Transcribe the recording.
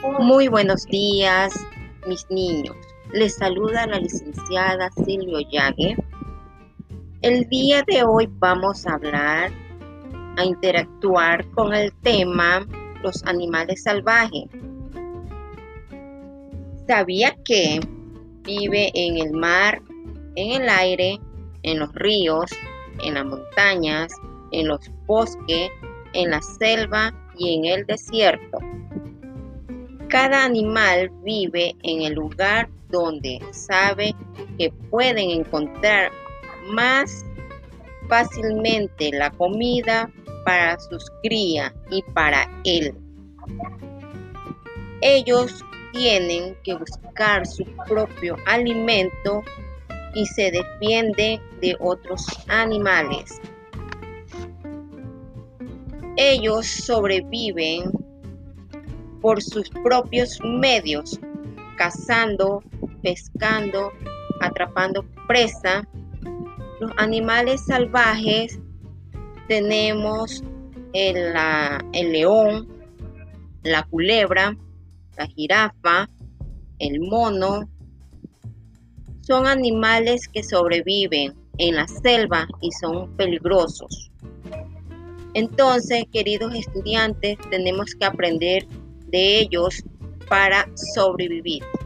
Muy buenos días, mis niños. Les saluda la licenciada Silvio Yague. El día de hoy vamos a interactuar con el tema los animales salvajes. ¿Sabía que vive en el mar, en el aire, en los ríos, en las montañas, en los bosques, en la selva y en el desierto? Cada animal vive en el lugar donde sabe que pueden encontrar más fácilmente la comida para sus crías y para él. Ellos tienen que buscar su propio alimento y se defienden de otros animales. Ellos sobreviven por sus propios medios, cazando, pescando, atrapando presa. Los animales salvajes tenemos el león, la culebra, la jirafa, el mono. Son animales que sobreviven en la selva y son peligrosos. Entonces, queridos estudiantes, tenemos que aprender de ellos para sobrevivir.